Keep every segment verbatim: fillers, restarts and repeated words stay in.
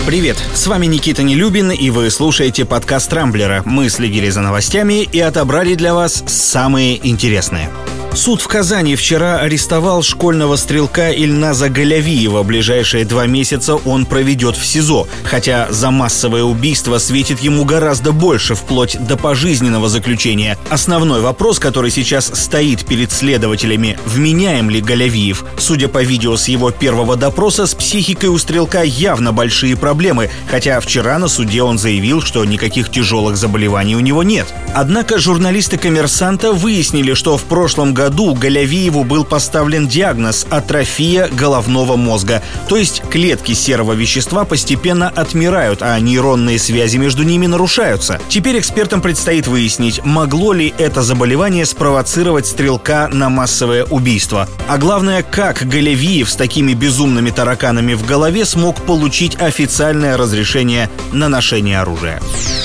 Привет, с вами Никита Нелюбин, и вы слушаете подкаст Рамблера. Мы следили за новостями и отобрали для вас самые интересные. Суд в Казани вчера арестовал школьного стрелка Ильназа Галявиева. Ближайшие два месяца он проведет в СИЗО, хотя за массовое убийство светит ему гораздо больше, вплоть до пожизненного заключения. Основной вопрос, который сейчас стоит перед следователями: вменяем ли Галявиев? Судя по видео с его первого допроса, с психикой у стрелка явно большие проблемы, хотя вчера на суде он заявил, что никаких тяжелых заболеваний у него нет. Однако журналисты «Коммерсанта» выяснили, что в прошлом году году Галявиеву был поставлен диагноз атрофия головного мозга, то есть клетки серого вещества постепенно отмирают, а нейронные связи между ними нарушаются. Теперь экспертам предстоит выяснить, могло ли это заболевание спровоцировать стрелка на массовое убийство. А главное, как Галявиев с такими безумными тараканами в голове смог получить официальное разрешение на ношение оружия.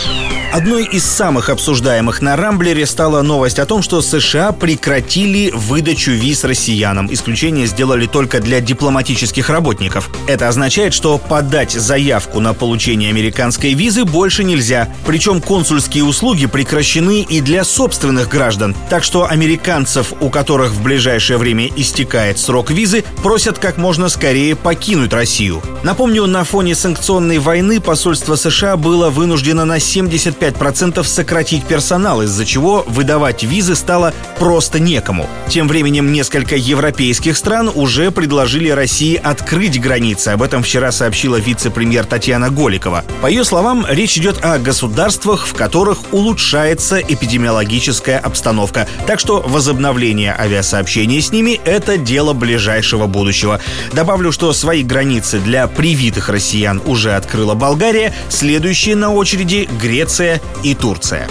Одной из самых обсуждаемых на Рамблере стала новость о том, что США прекратили выдачу виз россиянам. Исключение сделали только для дипломатических работников. Это означает, что подать заявку на получение американской визы больше нельзя. Причем консульские услуги прекращены и для собственных граждан. Так что американцев, у которых в ближайшее время истекает срок визы, просят как можно скорее покинуть Россию. Напомню, на фоне санкционной войны посольство США было вынуждено на семьдесят пять процентов сократить персонал, из-за чего выдавать визы стало просто некому. Тем временем несколько европейских стран уже предложили России открыть границы. Об этом вчера сообщила вице-премьер Татьяна Голикова. По ее словам, речь идет о государствах, в которых улучшается эпидемиологическая обстановка. Так что возобновление авиасообщения с ними – это дело ближайшего будущего. Добавлю, что свои границы для привитых россиян уже открыла Болгария, следующие на очереди – Греция и Турция.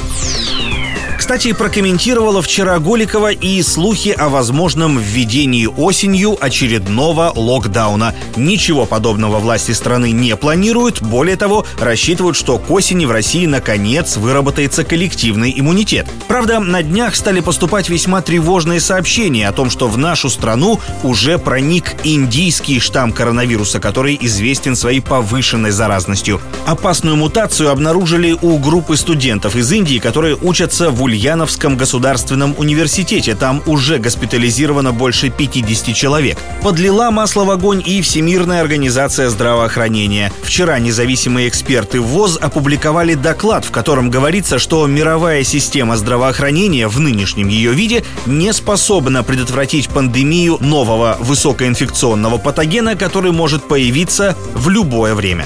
Кстати, прокомментировала вчера Голикова и слухи о возможном введении осенью очередного локдауна. Ничего подобного власти страны не планируют. Более того, рассчитывают, что к осени в России наконец выработается коллективный иммунитет. Правда, на днях стали поступать весьма тревожные сообщения о том, что в нашу страну уже проник индийский штамм коронавируса, который известен своей повышенной заразностью. Опасную мутацию обнаружили у группы студентов из Индии, которые учатся в Ульяновском государственном университете. Там уже госпитализировано больше пятьдесят человек. Подлила масло в огонь и Всемирная организация здравоохранения. Вчера независимые эксперты ВОЗ опубликовали доклад, в котором говорится, что мировая система здравоохранения в нынешнем ее виде не способна предотвратить пандемию нового высокоинфекционного патогена, который может появиться в любое время.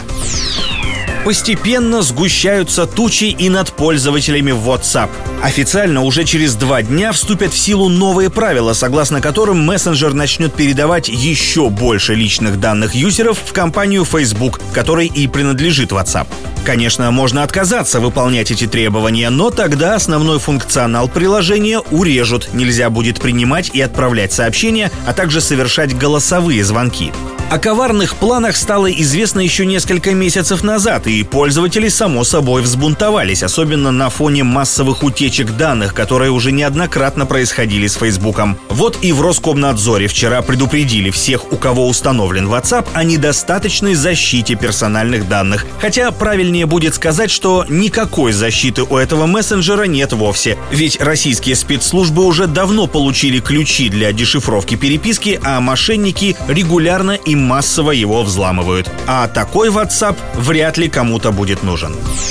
Постепенно сгущаются тучи и над пользователями WhatsApp. Официально уже через два дня вступят в силу новые правила, согласно которым мессенджер начнет передавать еще больше личных данных юзеров в компанию Facebook, которой и принадлежит WhatsApp. Конечно, можно отказаться выполнять эти требования, но тогда основной функционал приложения урежут. Нельзя будет принимать и отправлять сообщения, а также совершать голосовые звонки. О коварных планах стало известно еще несколько месяцев назад, и пользователи, само собой, взбунтовались, особенно на фоне массовых утечек данных, которые уже неоднократно происходили с Фейсбуком. Вот и в Роскомнадзоре вчера предупредили всех, у кого установлен WhatsApp, о недостаточной защите персональных данных. Хотя правильнее будет сказать, что никакой защиты у этого мессенджера нет вовсе. Ведь российские спецслужбы уже давно получили ключи для дешифровки переписки, а мошенники регулярно и массово его взламывают. А такой WhatsApp вряд ли кому-то будет нужен.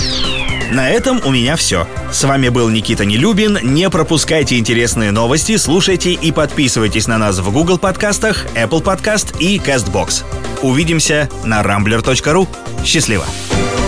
На этом у меня все. С вами был Никита Нелюбин. Не пропускайте интересные новости, слушайте и подписывайтесь на нас в Google подкастах, Apple Podcast и CastBox. Увидимся на рамблер точка ру. Счастливо!